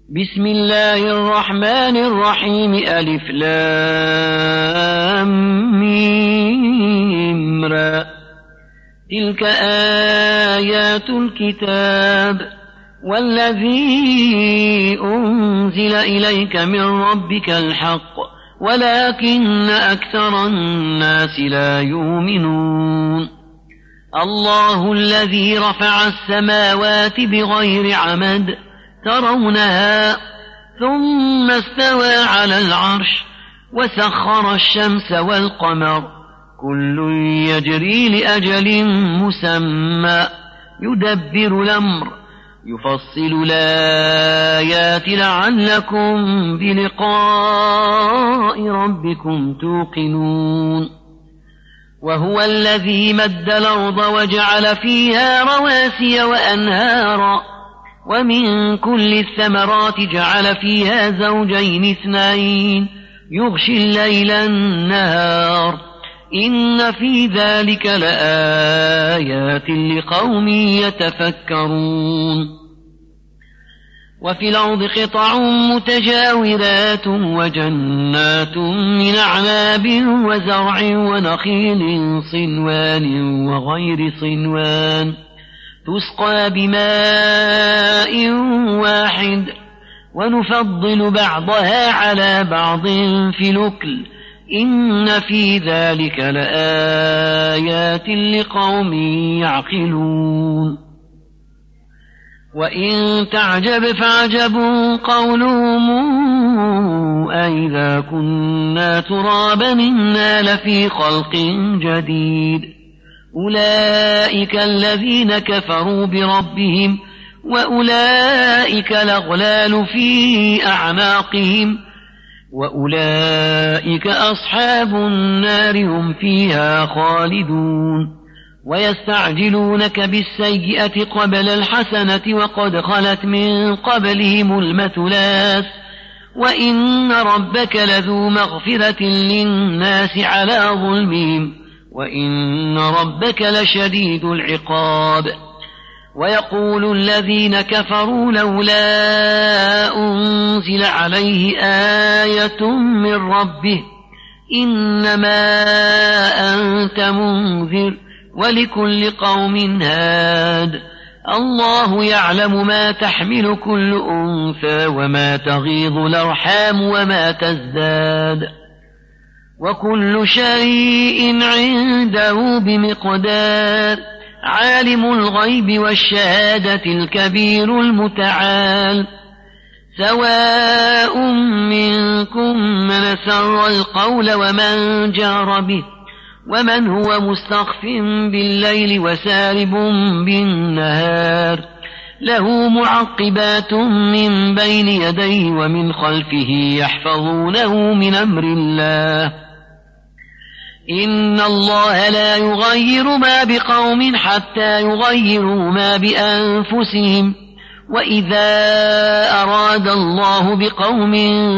بسم الله الرحمن الرحيم ألف لام ميم را تلك آيات الكتاب والذي أنزل إليك من ربك الحق ولكن أكثر الناس لا يؤمنون الله الذي رفع السماوات بغير عمد ترونها ثم استوى على العرش وسخر الشمس والقمر كل يجري لأجل مسمى يدبر الأمر يفصل الآيات لعلكم بلقاء ربكم توقنون وهو الذي مد الأرض وجعل فيها رواسي وأنهارا ومن كل الثمرات جعل فيها زوجين اثنين يغشي الليل النهار إن في ذلك لآيات لقوم يتفكرون وفي الأرض قطع متجاورات وجنات من أعناب وزرع ونخيل صنوان وغير صنوان تسقى بماء واحد ونفضل بعضها على بعض في الأكل إن في ذلك لآيات لقوم يعقلون وإن تعجب فعجب قولهم أئذا كنا ترابا إنا لفي خلق جديد أولئك الذين كفروا بربهم وأولئك الأغلال في أعناقهم وأولئك أصحاب النار هم فيها خالدون ويستعجلونك بالسيئة قبل الحسنة وقد خلت من قبلهم المثلات وإن ربك لذو مغفرة للناس على ظلمهم وإن ربك لشديد العقاب ويقول الذين كفروا لولا أنزل عليه آية من ربه إنما أنت منذر ولكل قوم هاد الله يعلم ما تحمل كل أنثى وما تغيض الأرحام وما تزداد وكل شيء عنده بمقدار عالم الغيب والشهادة الكبير المتعال سواء منكم من سر القول ومن جار به ومن هو مستخف بالليل وسارب بالنهار له معقبات من بين يديه ومن خلفه يحفظونه من أمر الله إن الله لا يغير ما بقوم حتى يغيروا ما بأنفسهم وإذا أراد الله بقوم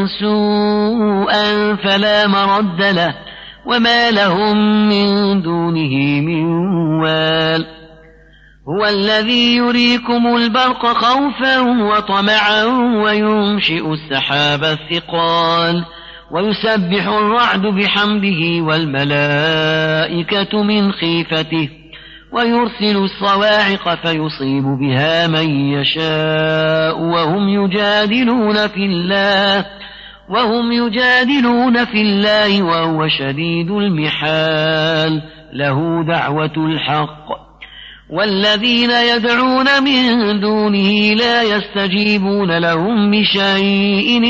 سوءا فلا مرد له وما لهم من دونه من وال هو الذي يريكم البرق خوفا وطمعا وينشئ السحاب الثقال ويسبح الرعد بحمده والملائكة من خيفته ويرسل الصواعق فيصيب بها من يشاء وهم يجادلون في الله وهو شديد المحال له دعوة الحق والذين يدعون من دونه لا يستجيبون لهم بشيء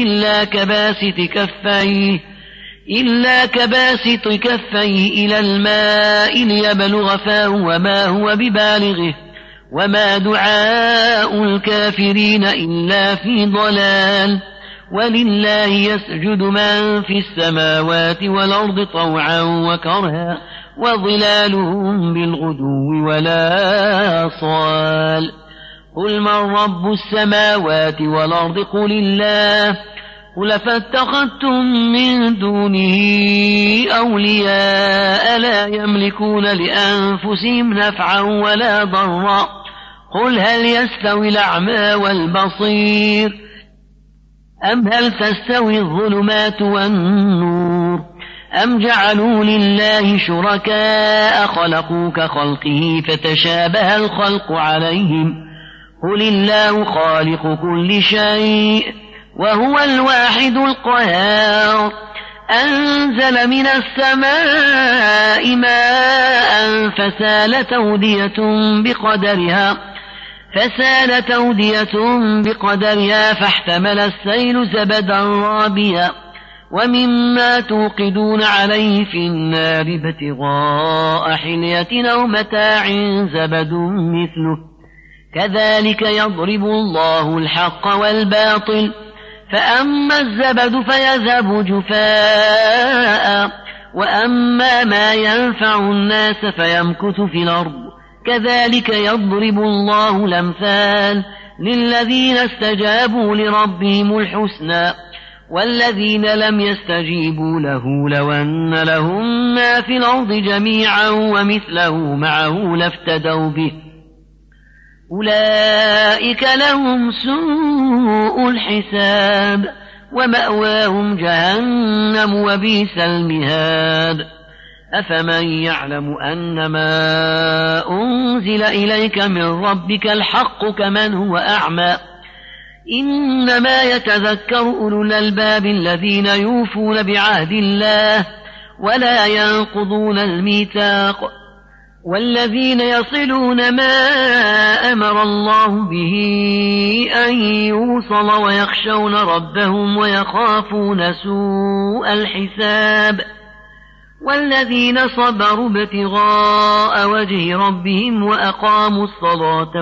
إلا كباسط كفيه إلى الماء ليبلغ فاه وما هو ببالغه وما دعاء الكافرين إلا في ضلال ولله يسجد من في السماوات والأرض طوعا وكرها وظلالهم بالغدو ولا صال قل من رب السماوات والأرض قل الله قل فاتخذتم من دونه أولياء لا يملكون لأنفسهم نفعا ولا ضرا قل هل يستوي الأعمى والبصير أم هل تستوي الظلمات والنور أم جعلوا لله شركاء خلقوا كخلقه فتشابه الخلق عليهم قل الله خالق كل شيء وهو الواحد القهار أنزل من السماء ماء فسال تودية بقدرها فاحتمل السيل زبدا رابيا ومما توقدون عليه في النار ابتغاء حلية أو متاع زبد مثله كذلك يضرب الله الحق والباطل فأما الزبد فيذهب جفاء وأما ما ينفع الناس فيمكث في الأرض كذلك يضرب الله الأمثال للذين استجابوا لربهم الحسنى والذين لم يستجيبوا له لو أن لهم ما في الأرض جميعا ومثله معه لافتدوا به أولئك لهم سوء الحساب ومأواهم جهنم وبئس المهاد أفمن يعلم أنما أنزل إليك من ربك الحق كمن هو أعمى إنما يتذكر أولو الألباب الذين يوفون بعهد الله ولا ينقضون الميثاق والذين يصلون ما أمر الله به أن يوصل ويخشون ربهم ويخافون سوء الحساب والذين صبروا ابتغاء وجه ربهم وأقاموا الصلاة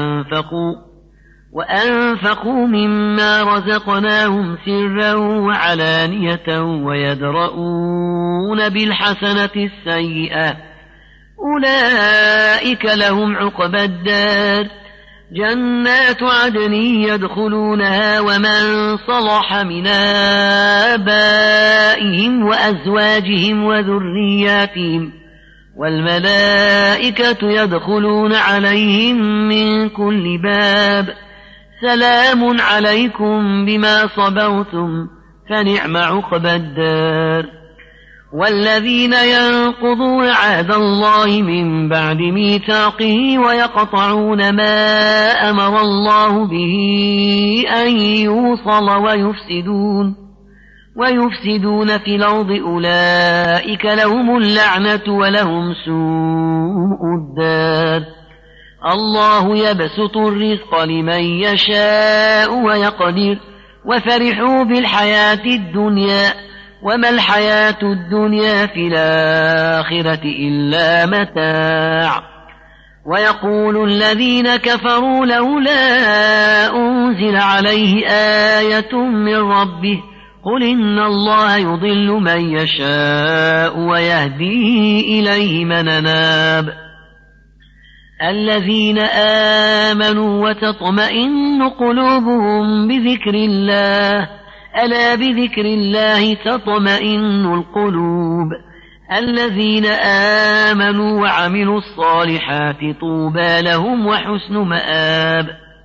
وأنفقوا مما رزقناهم سرا وعلانية ويدرؤون بالحسنة السيئة أولئك لهم عقبى الدار جنات عدن يدخلونها ومن صلح من آبائهم وأزواجهم وذرياتهم والملائكة يدخلون عليهم من كل باب سلام عليكم بما صبرتم فنعم عقبى الدار والذين ينقضون عهد الله من بعد ميثاقه ويقطعون ما أمر الله به أن يوصل ويفسدون في الأرض أولئك لهم اللعنة ولهم سوء الدار الله يبسط الرزق لمن يشاء ويقدر وفرحوا بالحياة الدنيا وما الحياة الدنيا في الآخرة إلا متاع ويقول الذين كفروا لولا أنزل عليه آية من ربه قل إن الله يضل من يشاء ويهدي إليه من أناب الذين آمنوا وتطمئن قلوبهم بذكر الله ألا بذكر الله تطمئن القلوب الذين آمنوا وعملوا الصالحات طوبى لهم وحسن مآب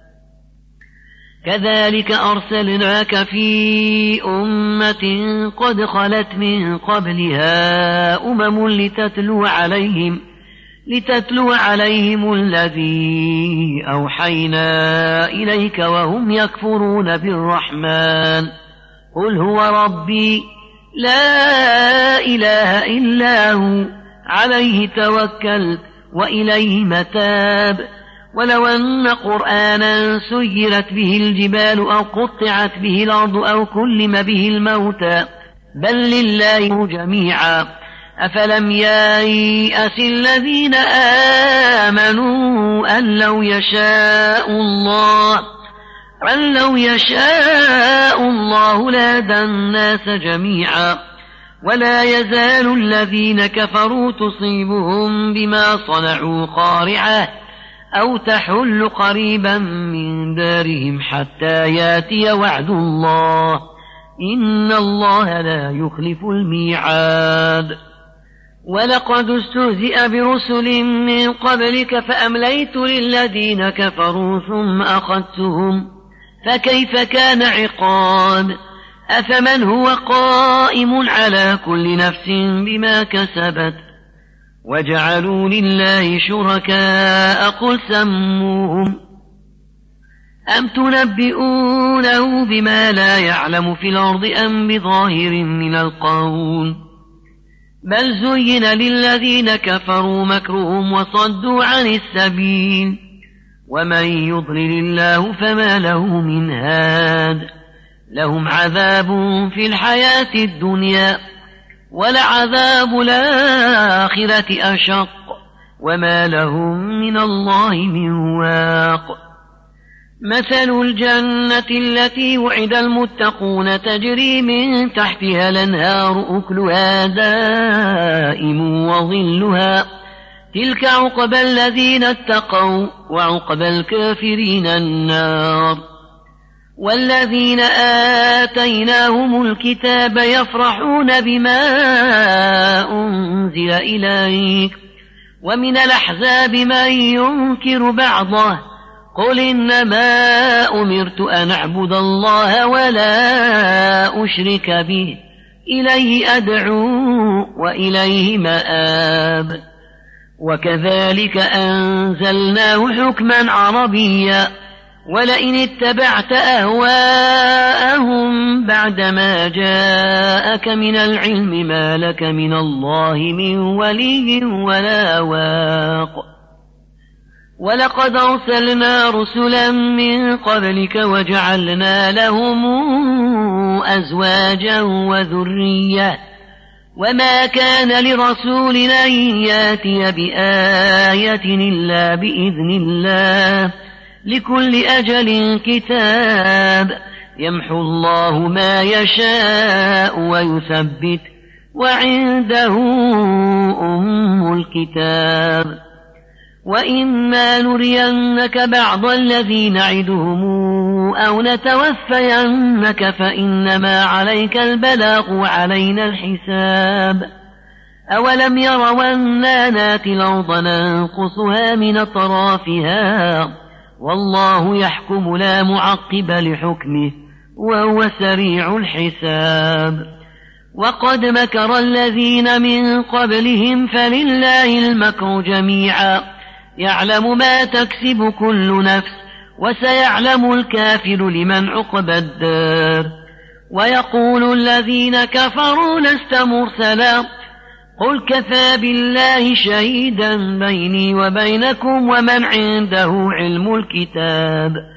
كذلك أرسلناك في أمة قد خلت من قبلها أمم لتتلو عليهم الذي أوحينا إليك وهم يكفرون بالرحمن قل هو ربي لا إله إلا هو عليه توكلت وإليه متاب ولو أن قرآنا سيرت به الجبال أو قطعت به الأرض أو كلم به الموتى بل لله جميعا أفلم ييأس الذين آمنوا أن لو يشاء الله لهدى الناس جميعا ولا يزال الذين كفروا تصيبهم بما صنعوا قارعة أو تحل قريبا من دارهم حتى ياتي وعد الله إن الله لا يخلف الميعاد ولقد استهزئ برسل من قبلك فأمليت للذين كفروا ثم فكيف كان عقاب أفمن هو قائم على كل نفس بما كسبت وجعلوا لله شركاء قل سموهم أم تنبئونه بما لا يعلم في الأرض أم بظاهر من القول بل زين للذين كفروا مكرهم وصدوا عن السبيل ومن يضلل الله فما له من هاد لهم عذاب في الحياة الدنيا ولعذاب الآخرة أشق وما لهم من الله من واق مثل الجنة التي وعد المتقون تجري من تحتها الأنهار أكلها دائم وظلها تلك عقبى الذين اتقوا وعقبى الكافرين النار والذين آتيناهم الكتاب يفرحون بما أنزل إليك ومن الأحزاب من ينكر بعضه قل إنما أمرت أن أعبد الله ولا أشرك به إليه أدعو وإليه مآب وكذلك أنزلناه حكما عربيا ولئن اتبعت أهواءهم بعدما جاءك من العلم ما لك من الله من ولي ولا واق ولقد أرسلنا رسلا من قبلك وجعلنا لهم أزواجا وذرية وما كان لرسول أن ياتي بآية إلا بإذن الله لكل أجل كتاب يمحو الله ما يشاء ويثبت وعنده أم الكتاب وإما نرينك بعض الذي نعدهم أو نتوفينك فإنما عليك البلاغ وعلينا الحساب أولم يروا أنا ناتي الأرض ننقصها من أطرافها والله يحكم لا معقب لحكمه وهو سريع الحساب وقد مكر الذين من قبلهم فلله المكر جميعا يعلم ما تكسب كل نفس وسيعلم الكافر لمن عقبى الدار ويقول الذين كفروا لست مرسلا قل كفى بالله شهيدا بيني وبينكم ومن عنده علم الكتاب